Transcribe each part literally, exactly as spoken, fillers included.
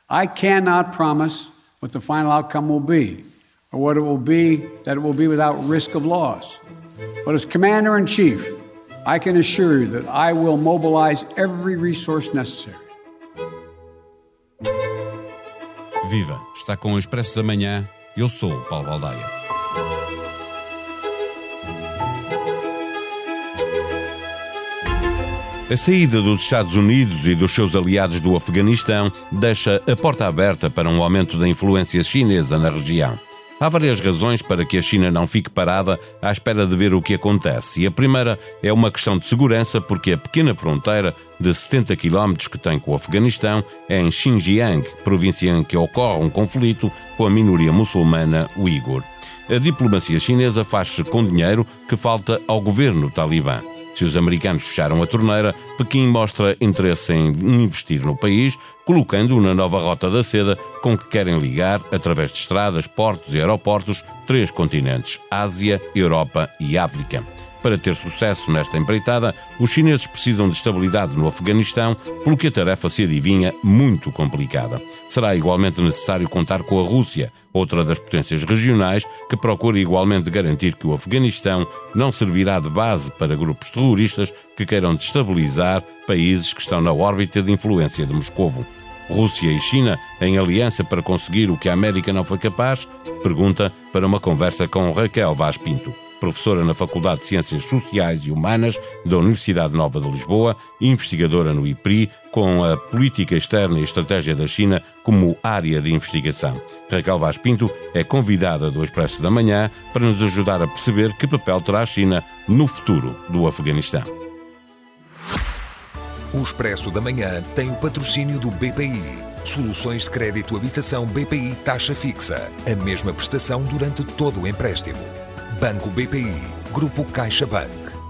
I cannot promise what the final outcome will be, or what it will be, that it will be without risk of loss. But as Commander-in-Chief, I can assure you that I will mobilize every resource necessary. Viva! Está com o Expresso da Manhã. Eu sou o Paulo Baldaia. A saída dos Estados Unidos e dos seus aliados do Afeganistão deixa a porta aberta para um aumento da influência chinesa na região. Há várias razões para que a China não fique parada à espera de ver o que acontece, e a primeira é uma questão de segurança, porque a pequena fronteira de setenta quilómetros que tem com o Afeganistão é em Xinjiang, província em que ocorre um conflito com a minoria muçulmana uigur. A diplomacia chinesa faz-se com dinheiro que falta ao governo talibã. Se os americanos fecharam a torneira, Pequim mostra interesse em investir no país, colocando-o na nova Rota da Seda, com que querem ligar, através de estradas, portos e aeroportos, três continentes: Ásia, Europa e África. Para ter sucesso nesta empreitada, os chineses precisam de estabilidade no Afeganistão, pelo que a tarefa se adivinha muito complicada. Será igualmente necessário contar com a Rússia, outra das potências regionais, que procura igualmente garantir que o Afeganistão não servirá de base para grupos terroristas que queiram destabilizar países que estão na órbita de influência de Moscovo. Rússia e China em aliança para conseguir o que a América não foi capaz? Pergunta para uma conversa com Raquel Vaz Pinto, professora na Faculdade de Ciências Sociais e Humanas da Universidade Nova de Lisboa e investigadora no I P R I, com a política externa e estratégia da China como área de investigação. Raquel Vaz Pinto é convidada do Expresso da Manhã para nos ajudar a perceber que papel terá a China no futuro do Afeganistão. O Expresso da Manhã tem o patrocínio do B P I. Soluções de crédito habitação B P I taxa fixa. A mesma prestação durante todo o empréstimo. Banco B P I, Grupo CaixaBank.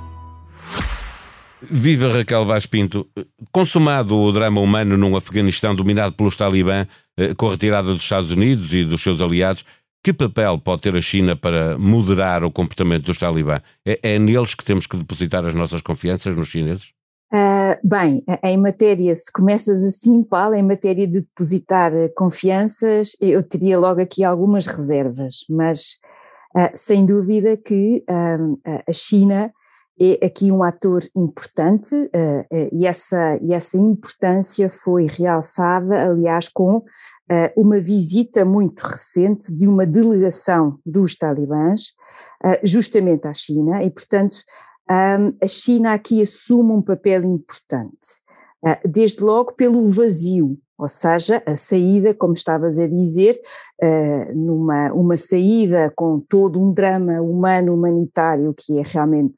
Viva Raquel Vaz Pinto. Consumado o drama humano num Afeganistão dominado pelos talibã, com a retirada dos Estados Unidos e dos seus aliados, que papel pode ter a China para moderar o comportamento dos talibã? É, é neles que temos que depositar as nossas confianças, nos chineses? Uh, bem, em matéria, se começas assim, Paulo, em matéria de depositar confianças, eu teria logo aqui algumas reservas, mas Uh, sem dúvida que uh, a China é aqui um ator importante uh, uh, e, essa, e essa importância foi realçada, aliás, com uh, uma visita muito recente de uma delegação dos talibãs uh, justamente à China e, portanto, um, a China aqui assume um papel importante, uh, desde logo pelo vazio. Ou seja, a saída, como estavas a dizer, uh, numa uma saída com todo um drama humano, humanitário, que é realmente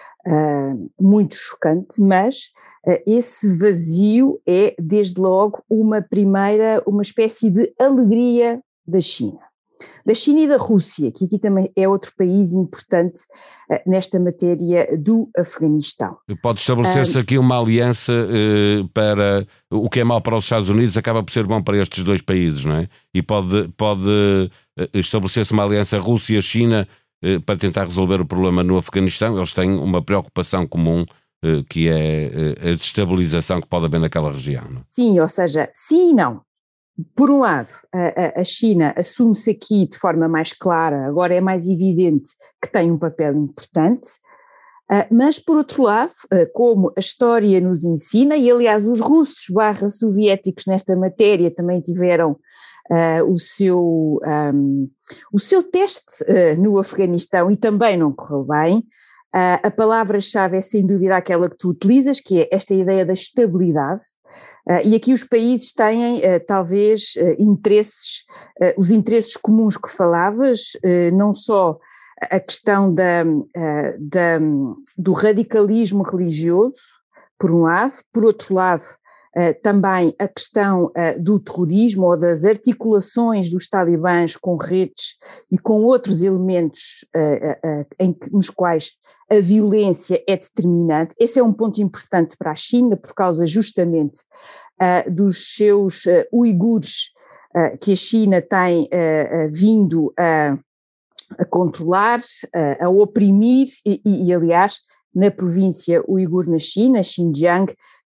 uh, muito chocante, mas uh, esse vazio é, desde logo, uma primeira, uma espécie de alegria da China. Da China e da Rússia, que aqui também é outro país importante uh, nesta matéria do Afeganistão. Pode estabelecer-se uh, aqui uma aliança uh, para o que é mau para os Estados Unidos acaba por ser bom para estes dois países, não é? E pode, pode uh, estabelecer-se uma aliança Rússia-China uh, para tentar resolver o problema no Afeganistão. Eles têm uma preocupação comum, uh, que é uh, a destabilização que pode haver naquela região, não é? Sim, ou seja, sim e não. Por um lado, a, a China assume-se aqui de forma mais clara, agora é mais evidente que tem um papel importante, mas por outro lado, como a história nos ensina, e aliás os russos barra soviéticos nesta matéria também tiveram uh, o, seu, um, o seu teste uh, no Afeganistão e também não correu bem, uh, a palavra-chave é sem dúvida aquela que tu utilizas, que é esta ideia da estabilidade. Uh, e aqui os países têm uh, talvez uh, interesses, uh, os interesses comuns que falavas, uh, não só a questão da, uh, da, do radicalismo religioso, por um lado, por outro lado uh, também a questão uh, do terrorismo ou das articulações dos talibãs com redes e com outros elementos uh, uh, uh, em que, nos quais a violência é determinante. Esse é um ponto importante para a China, por causa justamente uh, dos seus uh, uigures uh, que a China tem uh, uh, vindo a, a controlar, uh, a oprimir e, e, e, aliás, na província uigur na China, Xinjiang,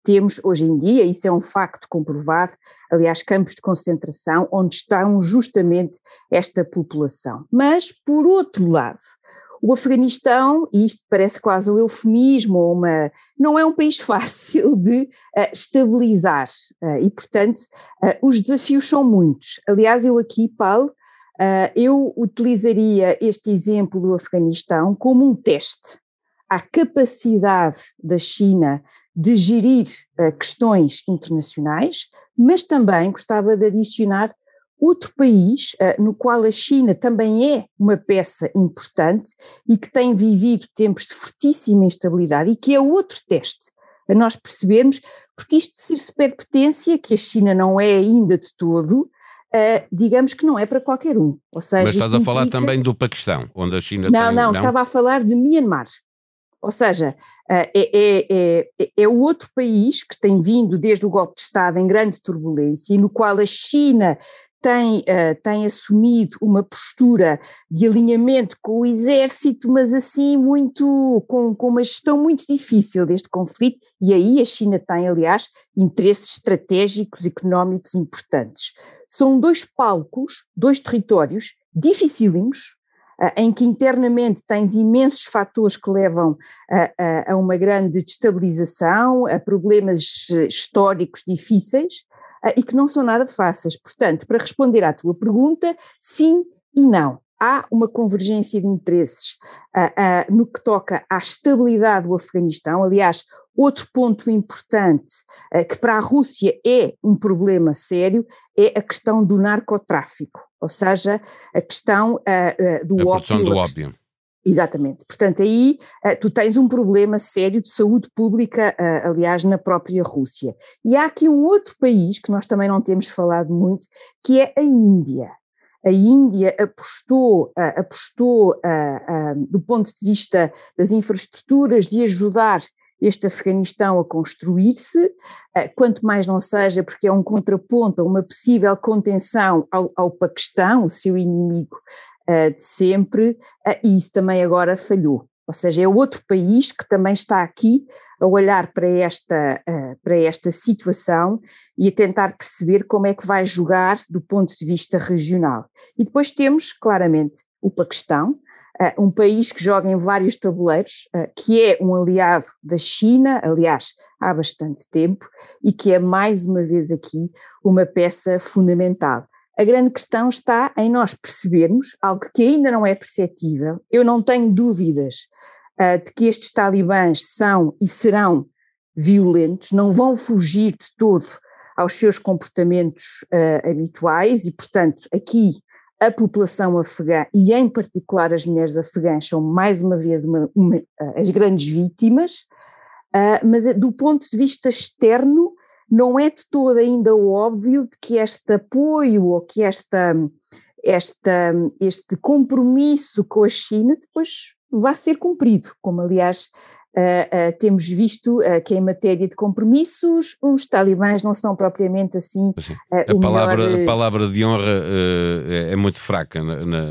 temos hoje em dia, isso é um facto comprovado, aliás, campos de concentração onde estão justamente esta população. Mas, por outro lado, o Afeganistão, e isto parece quase um eufemismo, ou uma, não é um país fácil de uh, estabilizar uh, e, portanto, uh, os desafios são muitos. Aliás, eu aqui, Paulo, uh, eu utilizaria este exemplo do Afeganistão como um teste à capacidade da China de gerir uh, questões internacionais, mas também gostava de adicionar outro país uh, no qual a China também é uma peça importante e que tem vivido tempos de fortíssima instabilidade e que é outro teste a nós percebermos, porque isto de ser superpotência, que a China não é ainda de todo, uh, digamos que não é para qualquer um. Ou seja, mas estás a falar implica... também do Paquistão, onde a China não, tem... Não, não, estava a falar de Myanmar. Ou seja, é, é, é, é o outro país que tem vindo desde o golpe de Estado em grande turbulência e no qual a China tem, uh, tem assumido uma postura de alinhamento com o exército, mas assim muito, com, com uma gestão muito difícil deste conflito, e aí a China tem, aliás, interesses estratégicos, económicos importantes. São dois palcos, dois territórios dificílimos, em que internamente tens imensos fatores que levam a, a, a uma grande destabilização, a problemas históricos difíceis e que não são nada fáceis. Portanto, para responder à tua pergunta, sim e não. Há uma convergência de interesses uh, uh, no que toca à estabilidade do Afeganistão. Aliás, outro ponto importante uh, que para a Rússia é um problema sério é a questão do narcotráfico, ou seja, a questão uh, uh, do ópio. A produção do ópio. Exatamente. Portanto, aí uh, tu tens um problema sério de saúde pública, uh, aliás, na própria Rússia. E há aqui um outro país que nós também não temos falado muito, que é a Índia. A Índia apostou, uh, apostou uh, uh, do ponto de vista das infraestruturas, de ajudar este Afeganistão a construir-se, uh, quanto mais não seja porque é um contraponto a uma possível contenção ao, ao Paquistão, o seu inimigo uh, de sempre, uh, e isso também agora falhou. Ou seja, é outro país que também está aqui a olhar para esta, uh, para esta situação e a tentar perceber como é que vai jogar do ponto de vista regional. E depois temos, claramente, o Paquistão, uh, um país que joga em vários tabuleiros, uh, que é um aliado da China, aliás, há bastante tempo, e que é mais uma vez aqui uma peça fundamental. A grande questão está em nós percebermos algo que ainda não é perceptível. Eu não tenho dúvidas uh, de que estes talibãs são e serão violentos, não vão fugir de todo aos seus comportamentos uh, habituais e, portanto, aqui a população afegã e, em particular, as mulheres afegãs são mais uma vez uma, uma, uh, as grandes vítimas, uh, mas do ponto de vista externo, não é de todo ainda óbvio de que este apoio ou que esta, esta, este compromisso com a China depois vai ser cumprido, como aliás uh, uh, temos visto uh, que em matéria de compromissos os talibãs não são propriamente assim Sim, uh, a, o palavra, melhor... a palavra de honra uh, é, é muito fraca na, na,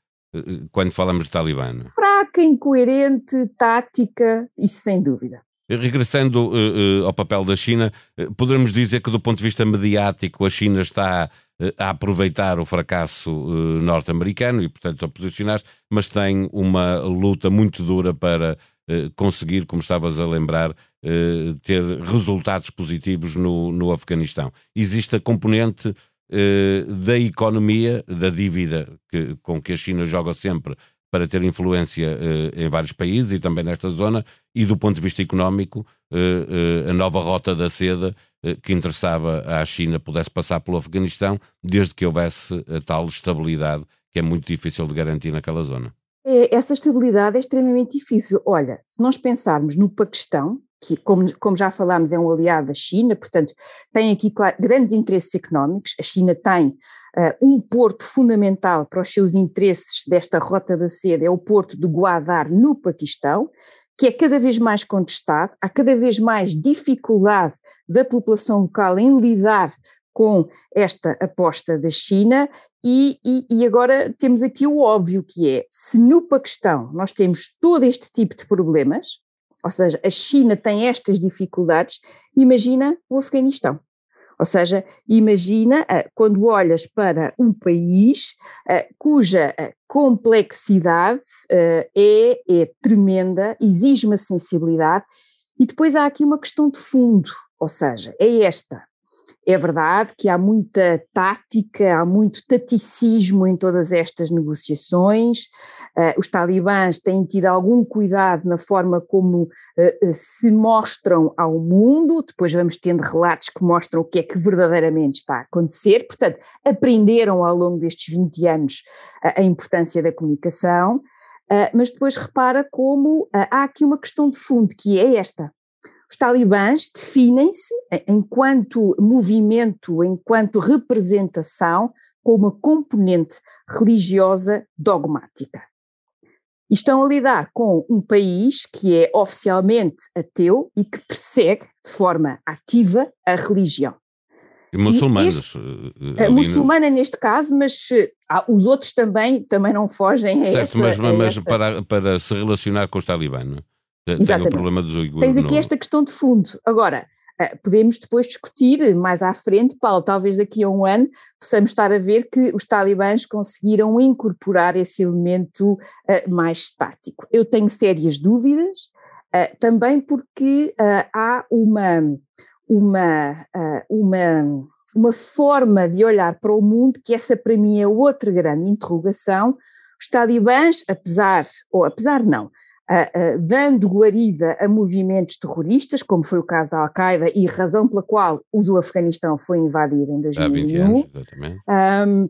uh, quando falamos de talibã. Fraca, incoerente, tática, isso sem dúvida. Regressando uh, uh, ao papel da China, uh, poderemos dizer que do ponto de vista mediático a China está uh, a aproveitar o fracasso uh, norte-americano e portanto a posicionar-se, mas tem uma luta muito dura para uh, conseguir, como estavas a lembrar, uh, ter resultados positivos no, no Afeganistão. Existe a componente uh, da economia, da dívida que, com que a China joga sempre para ter influência uh, em vários países e também nesta zona, e do ponto de vista económico, uh, uh, a nova rota da seda uh, que interessava à China pudesse passar pelo Afeganistão, desde que houvesse a tal estabilidade que é muito difícil de garantir naquela zona. Essa estabilidade é extremamente difícil. Olha, se nós pensarmos no Paquistão, que como, como já falámos é um aliado da China, portanto tem aqui claro, grandes interesses económicos, a China tem uh, um porto fundamental para os seus interesses desta rota da seda, é o porto de Gwadar no Paquistão, que é cada vez mais contestado, há cada vez mais dificuldade da população local em lidar com esta aposta da China e, e, e agora temos aqui o óbvio que é, se no Paquistão nós temos todo este tipo de problemas, ou seja, a China tem estas dificuldades, imagina o Afeganistão. Ou seja, imagina quando olhas para um país cuja complexidade é, é tremenda, exige uma sensibilidade, e depois há aqui uma questão de fundo, ou seja, é esta. É verdade que há muita tática, há muito taticismo em todas estas negociações, uh, os talibãs têm tido algum cuidado na forma como uh, uh, se mostram ao mundo, depois vamos tendo relatos que mostram o que é que verdadeiramente está a acontecer, portanto aprenderam ao longo destes vinte anos uh, a importância da comunicação, uh, mas depois repara como uh, há aqui uma questão de fundo que é esta. Os talibãs definem-se enquanto movimento, enquanto representação, com uma componente religiosa dogmática. E estão a lidar com um país que é oficialmente ateu e que persegue de forma ativa a religião. E muçulmanos. Este, a muçulmana neste caso, mas ah, os outros também, também não fogem a certo, essa... mas, mas essa... Para, para se relacionar com os talibãs, não é? Tem Exatamente. o problema dos uigures. Tens aqui no... esta questão de fundo. Agora, podemos depois discutir mais à frente, Paulo, talvez daqui a um ano possamos estar a ver que os talibãs conseguiram incorporar esse elemento uh, mais tático. Eu tenho sérias dúvidas, uh, também porque uh, há uma, uma, uh, uma, uma forma de olhar para o mundo que essa para mim é outra grande interrogação. Os talibãs, apesar, ou apesar não, Uh, uh, dando guarida a movimentos terroristas, como foi o caso da Al-Qaeda e razão pela qual o do Afeganistão foi invadido em dois mil e um. Há vinte anos, exatamente. Um,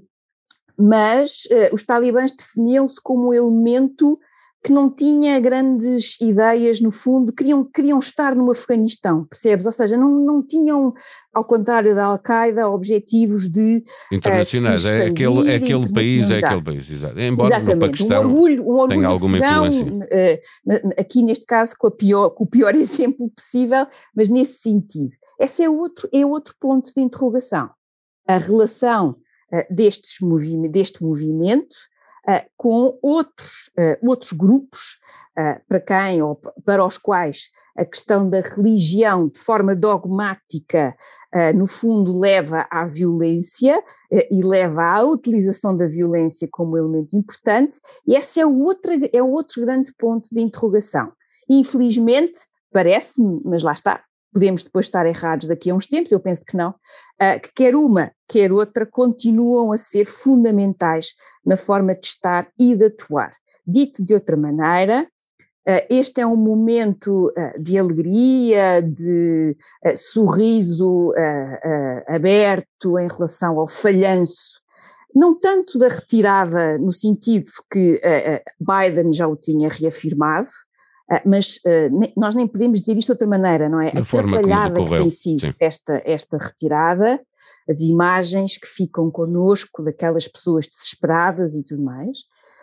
mas uh, os talibãs definiam-se como um elemento que não tinha grandes ideias no fundo, queriam, queriam estar no Afeganistão, percebes? Ou seja, não, não tinham, ao contrário da Al-Qaeda, objetivos de internacionais, uh, é aquele, é aquele país, é aquele país, exato. Embora Exatamente, no Paquistão um orgulho, um orgulho tenha alguma afegão, influência. Uh, aqui neste caso com, a pior, com o pior exemplo possível, mas nesse sentido. Esse é outro, é outro ponto de interrogação. A relação uh, destes movi- deste movimento Uh, com outros, uh, outros grupos uh, para quem ou para os quais a questão da religião de forma dogmática uh, no fundo leva à violência uh, e leva à utilização da violência como elemento importante, e esse é o outro, é o outro grande ponto de interrogação. Infelizmente, parece-me, mas lá está, podemos depois estar errados daqui a uns tempos, eu penso que não, uh, que quer uma, quer outra continuam a ser fundamentais na forma de estar e de atuar. Dito de outra maneira, uh, este é um momento uh, de alegria, de uh, sorriso uh, uh, aberto em relação ao falhanço, não tanto da retirada no sentido que uh, uh, Biden já o tinha reafirmado, Uh, mas uh, ne, nós nem podemos dizer isto de outra maneira, não é? A atrapalhada que tem sido esta, esta retirada, as imagens que ficam connosco daquelas pessoas desesperadas e tudo mais,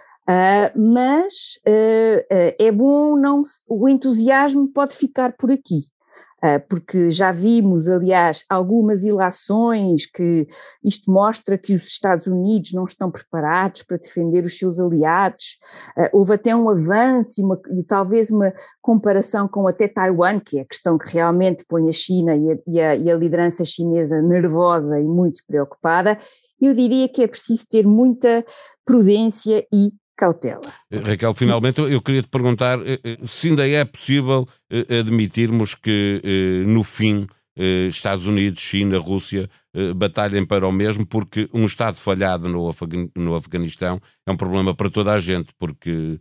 uh, mas uh, uh, é bom não, o entusiasmo pode ficar por aqui. Uh, porque já vimos, aliás, algumas ilações que isto mostra que os Estados Unidos não estão preparados para defender os seus aliados, uh, houve até um avanço e, uma, e talvez uma comparação com até Taiwan, que é a questão que realmente põe a China e a, e a, e a liderança chinesa nervosa e muito preocupada. Eu diria que é preciso ter muita prudência e cautela. Raquel, finalmente eu queria te perguntar se ainda é possível admitirmos que no fim Estados Unidos, China, Rússia batalhem para o mesmo, porque um Estado falhado no, Afeg- no Afeganistão é um problema para toda a gente, porque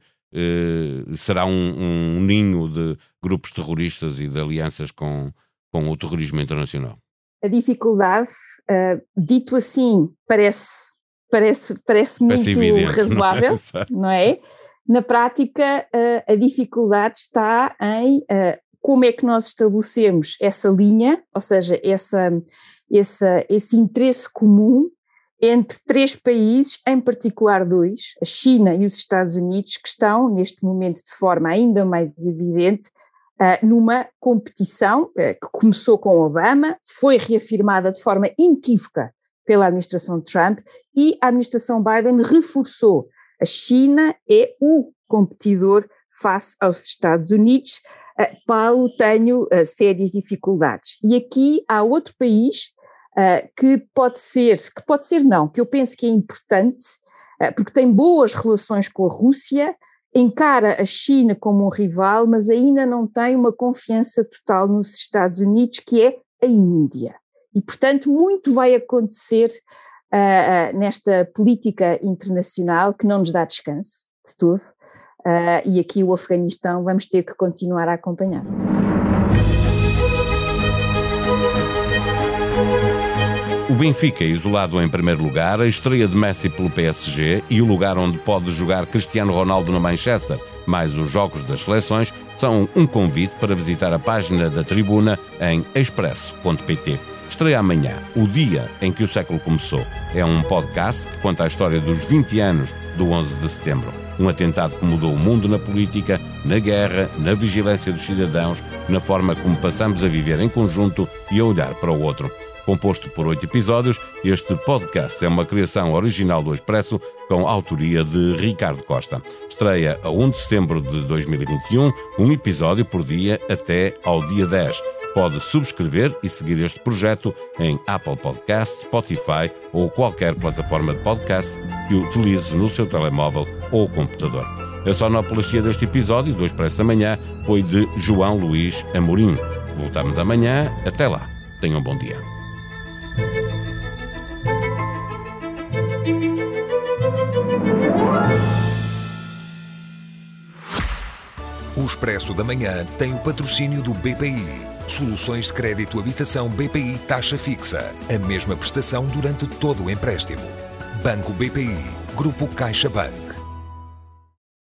será um, um ninho de grupos terroristas e de alianças com, com o terrorismo internacional. A dificuldade, uh, dito assim, parece... Parece, parece muito evidente, razoável, não é? não é? Na prática, uh, a dificuldade está em uh, como é que nós estabelecemos essa linha, ou seja, essa, essa, esse interesse comum entre três países, em particular dois, a China e os Estados Unidos, que estão, neste momento, de forma ainda mais evidente, uh, numa competição uh, que começou com Obama, foi reafirmada de forma inequívoca pela administração Trump, e a administração Biden reforçou. A China é o competidor face aos Estados Unidos, uh, Paulo, tenho uh, sérias dificuldades. E aqui há outro país uh, que pode ser, que pode ser não, que eu penso que é importante, uh, porque tem boas relações com a Rússia, encara a China como um rival, mas ainda não tem uma confiança total nos Estados Unidos, que é a Índia. E, portanto, muito vai acontecer uh, uh, nesta política internacional que não nos dá descanso de tudo, uh, e aqui o Afeganistão vamos ter que continuar a acompanhar. O Benfica é isolado em primeiro lugar, a estreia de Messi pelo P S G e o lugar onde pode jogar Cristiano Ronaldo no Manchester, mais os jogos das seleções, são um convite para visitar a página da Tribuna em expresso ponto pt. Estreia amanhã, o dia em que o século começou. É um podcast que conta a história dos vinte anos do onze de setembro. Um atentado que mudou o mundo na política, na guerra, na vigilância dos cidadãos, na forma como passamos a viver em conjunto e a olhar para o outro. Composto por oito episódios, este podcast é uma criação original do Expresso com autoria de Ricardo Costa. Estreia a primeiro de setembro de dois mil e vinte e um, um episódio por dia até ao dia dez. Pode subscrever e seguir este projeto em Apple Podcasts, Spotify ou qualquer plataforma de podcast que utilize no seu telemóvel ou computador. A sonoplastia deste episódio do Expresso da Manhã foi de João Luís Amorim. Voltamos amanhã. Até lá. Tenham um bom dia. O Expresso da Manhã tem o patrocínio do B P I. Soluções de crédito habitação B P I taxa fixa. A mesma prestação durante todo o empréstimo. Banco B P I. Grupo CaixaBank.